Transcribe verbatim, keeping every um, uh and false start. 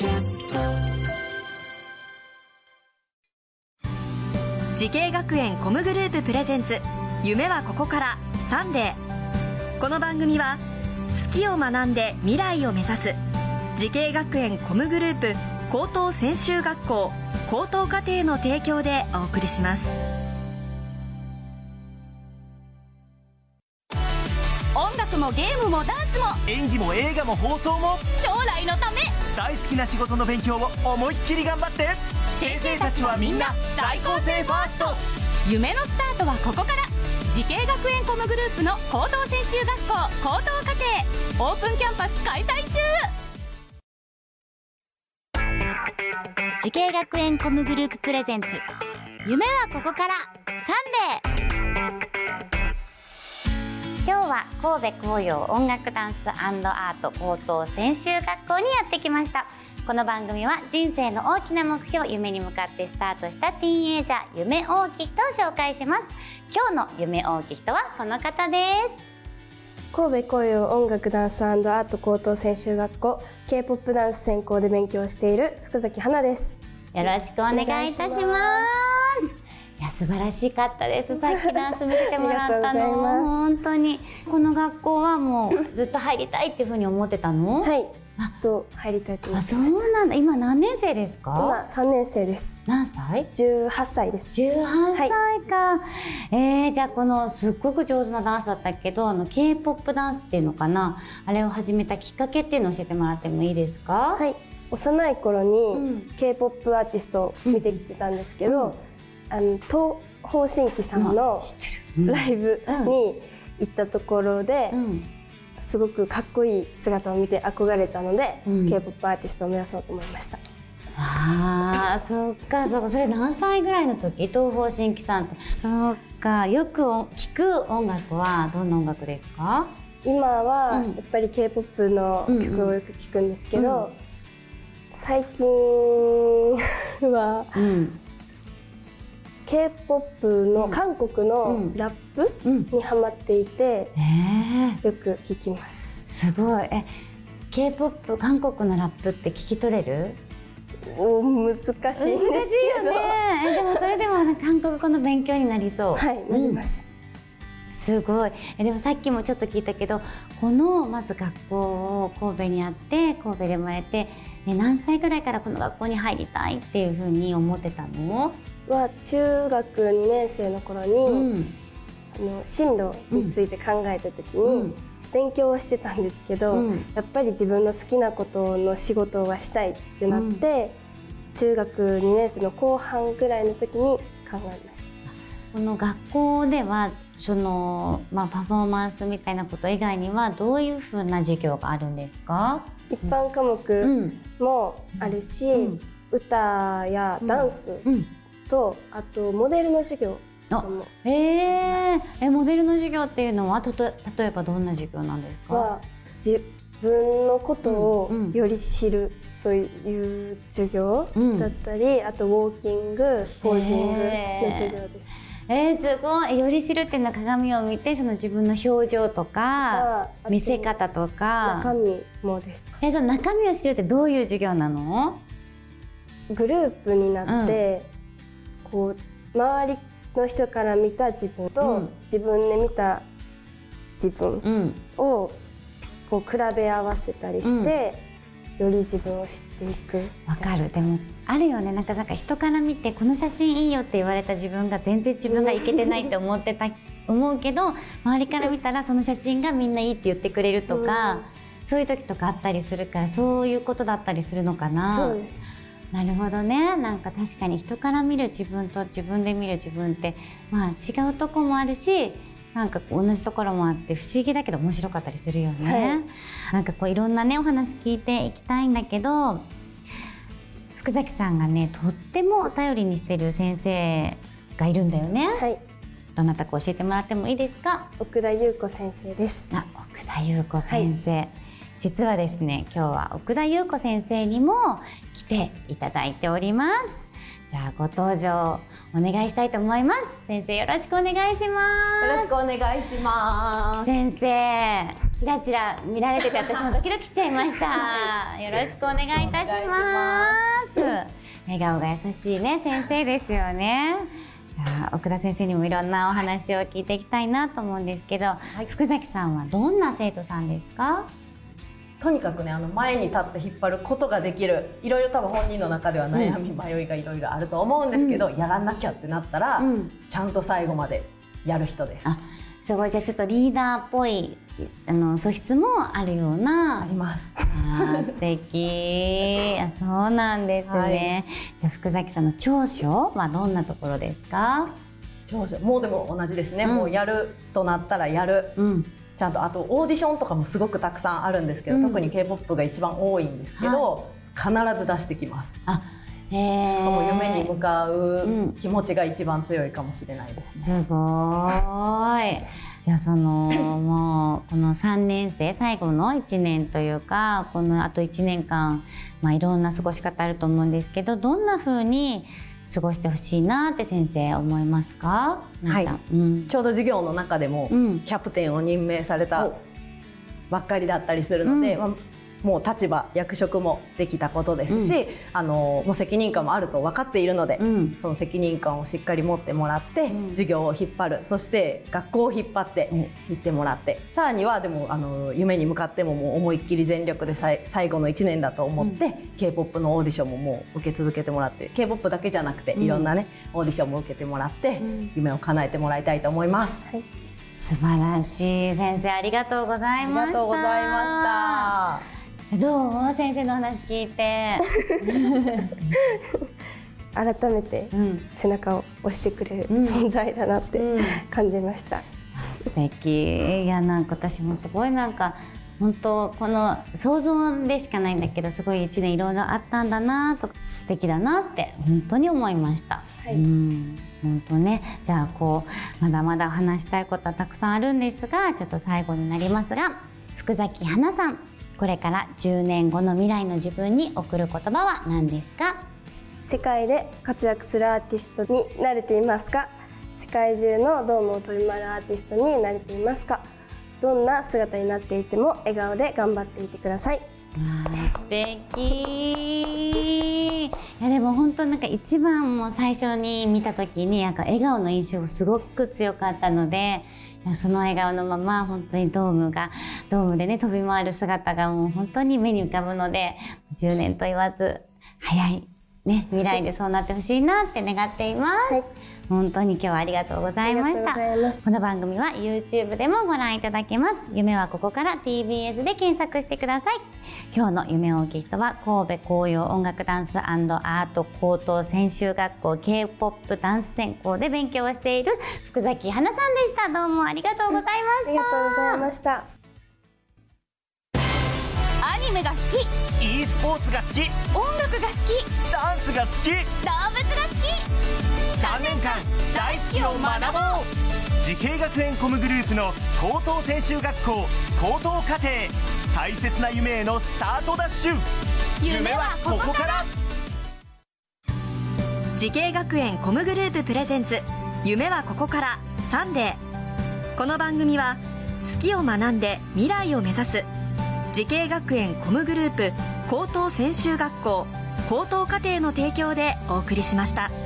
キャスト。 時系学園コムグループプレゼンツ夢はここからサンデー。この番組は好きを学んで未来を目指す時系学園コムグループ高等専修学校高等課程の提供でお送りします。音楽もゲームもダンスも演技も映画も放送も将来のため大好きな仕事の勉強を思いっきり頑張って。 先生たちはみんな在校生ファースト。夢のスタートはここから。時系学園コムグループの高等専修学校高等課程オープンキャンパス開催中。 時系学園コムグループプレゼンツ夢はここからサンデー。今日は神戸紅葉音楽ダンス&アート高等専修学校にやってきました。この番組は人生の大きな目標、夢に向かってスタートしたティーンエイジャー夢大きい人を紹介します。今日の夢大きい人はこの方です。 神戸紅葉音楽ダンス&アート高等専修学校 K-ポップ ダンス専攻で勉強している福崎花です。 よろしくお願いいたします。いや素晴らしかったです。さっきダンス見せてもらったの本当に。この学校はもうずっと入りたいっていうふうに思ってたの？ はい、ずっと入りたいと思ってました。 あ、そうなんだ。今何年生ですか？ 今さんねん生です。 何歳？ じゅうはっさいです。 じゅうはっさいか、はい、えー、じゃあこのすっごく上手なダンスだったけど、あの K-ポップ ダンスっていうのかな、あれを始めたきっかけっていうのを教えてもらってもいいですか？ はい、幼い頃に K-ポップ アーティストを見てきてたんですけど、うん、あの東方神起さんのライブに行ったところで、うん、すごくかっこいい姿を見て憧れたので、うん、K-ポップ アーティストを目指そうと思いました。 あー、そっかそっか。それ何歳ぐらいの時？東方神起さんって。そっか。よく聴く音楽はどんな音楽ですか？ 今はやっぱり K-ポップ の曲をよく聴くんですけど、うんうん、最近は、うん、K-ポップ の韓国のラップにハマっていて、うんうん、よく聴きます。 すごい。え、K-ポップ 韓国のラップって聞き取れる？ お、難しいんですけど。難しいよね。でもそれでも韓国語の勉強になりそう。 はい、なります。 うん、すごい。え、でもさっきもちょっと聞いたけど、このまず学校を神戸にあって神戸で生まれて、ね、何歳ぐらいからこの学校に入りたいっていうふうに思ってたの？ は中学にねん生の頃に、うん、あの進路について考えた時に、うん、勉強をしてたんですけど、うん、やっぱり自分の好きなことの仕事がしたいってなって、うん、中学にねん生の後半ぐらいの時に考えました。 この学校ではその、まあ、パフォーマンスみたいなこと以外にはどういうふうな授業があるんですか？ 一般科目もあるし、うん、歌やダンスと、うん、あとモデルの授業とも。 えー、えモデルの授業っていうのはとと例えばどんな授業なんですか？ は自分のことをより知るという授業だったり、うんうん、あとウォーキング、ポージングの授業です。 えー、すごい。より知るっていうのは鏡を見てその自分の表情とか見せ方とか中身もです。 えー、その中身を知るってどういう授業なの？ グループになって、うん、こう周りの人から見た自分と、うん、自分で見た自分をこう比べ合わせたりして、うん、より自分を知っていく。 わかる。でもあるよね。なんかなんか人から見てこの写真いいよって言われた自分が全然自分がいけてないって思ってた思うけど、周りから見たらその写真がみんないいって言ってくれるとか、うん、そういう時とかあったりするから、そういうことだったりするのかな。 そうです。 なるほどね。なんか確かに人から見る自分と自分で見る自分ってまあ違うとこもあるし、なんか同じところもあって不思議だけど面白かったりするよね。はい、なんかこういろんなねお話聞いていきたいんだけど、福崎さんがねとっても頼りにしてる先生がいるんだよね。 はい。 どなたか教えてもらってもいいですか？ 奥田優子先生です。 あ、奥田優子先生。はい、実はですね、今日は奥田優子先生にも来ていただいております。 じゃあご登場お願いしたいと思います。先生よろしくお願いします。 よろしくお願いします。 先生ちらちら見られてて私もドキドキしちゃいましたよろしくお願いいたします笑顔が優しいね先生ですよね。じゃあ奥田先生にもいろんなお話を聞いていきたいなと思うんですけど、はい、福崎さんはどんな生徒さんですか？ とにかくね、あの前に立って引っ張ることができる、いろいろ多分本人の中では悩み、うん、迷いがいろいろあると思うんですけど、うん、やらなきゃってなったら、うん、ちゃんと最後までやる人です。 あ、すごい。じゃあちょっとリーダーっぽいあの素質もあるような。 あります。 あ、素敵あ、そうなんですね、はい、じゃあ福崎さんの長所はどんなところですか？ 長所もうでも同じですね、うん、もうやるとなったらやる、うん、ちゃんとあとオーディションとかもすごくたくさんあるんですけど、うん、特に ケーポップ が一番多いんですけど、はい、必ず出してきます。あ、へー、もう夢に向かう気持ちが一番強いかもしれないですね。 すごーい。じゃあそのもうこのさんねん生最後のいちねんというか、このあといちねんかん、まあ、いろんな過ごし方あると思うんですけど、どんな風に過ごしてほしいなって先生思いますか？ はい、うん、ちょうど授業の中でも、うん、キャプテンを任命されたばっかりだったりするので、うん、まあ、もう立場役職もできたことですし、うん、あのもう責任感もあると分かっているので、うん、その責任感をしっかり持ってもらって、うん、授業を引っ張る、そして学校を引っ張って行ってもらって、うん、さらにはでもあの夢に向かってももう思いっきり全力でさい最後のいちねんだと思って、うん、ケーポップ のオーディションももう受け続けてもらって、 ケーポップ だけじゃなくて、うん、いろんなねオーディションも受けてもらって、うん、夢を叶えてもらいたいと思います。はい、 素晴らしい。先生ありがとうございました。 ありがとうございました。 どう？先生の話聞いて改めて背中を押してくれる存在だなって感じました、 うん、素敵。いや、なんか私もすごいなんか本当この想像でしかないんだけど、すごいいちねんいろいろあったんだなと、素敵だなって本当に思いました、はい、うん、本当ね。じゃあこうまだまだ話したいことはたくさんあるんですが、ちょっと最後になりますが、福崎花さん、これからじゅうねんごの未来の自分に贈る言葉は何ですか？ 世界で活躍するアーティストになれていますか？世界中のドームを飛び回るアーティストになれていますか？どんな姿になっていても笑顔で頑張っていてください。 素敵。いやでも本当なんか一番もう最初に見た時になんか笑顔の印象がすごく強かったので、その笑顔のまま本当にドームがドームでね飛び回る姿がもう本当に目に浮かぶので、じゅうねんと言わず早いね未来でそうなってほしいなって願っています、はい、本当に今日はありがとうございました。この番組は YouTube でもご覧いただけます。夢はここから ティービーエス で検索してください。今日の夢を大きい人は神戸紅葉音楽ダンス&アート高等専修学校 ケーポップ ダンス専攻で勉強をしている福崎花さんでした。どうもありがとうございました。 ありがとうございました。 アニメが好き、 e スポーツが好き、 音楽が好き、 ダンスが好き、 動物が好き、 さんねんかん大好きを学ぼう。慈恵学園コムグループの高等専修学校高等課程、大切な夢へのスタートダッシュ。夢はここから。 慈恵学園コムグループプレゼンツ、夢はここからサンデー。この番組は好きを学んで未来を目指す慈恵学園コムグループ高等専修学校高等課程の提供でお送りしました。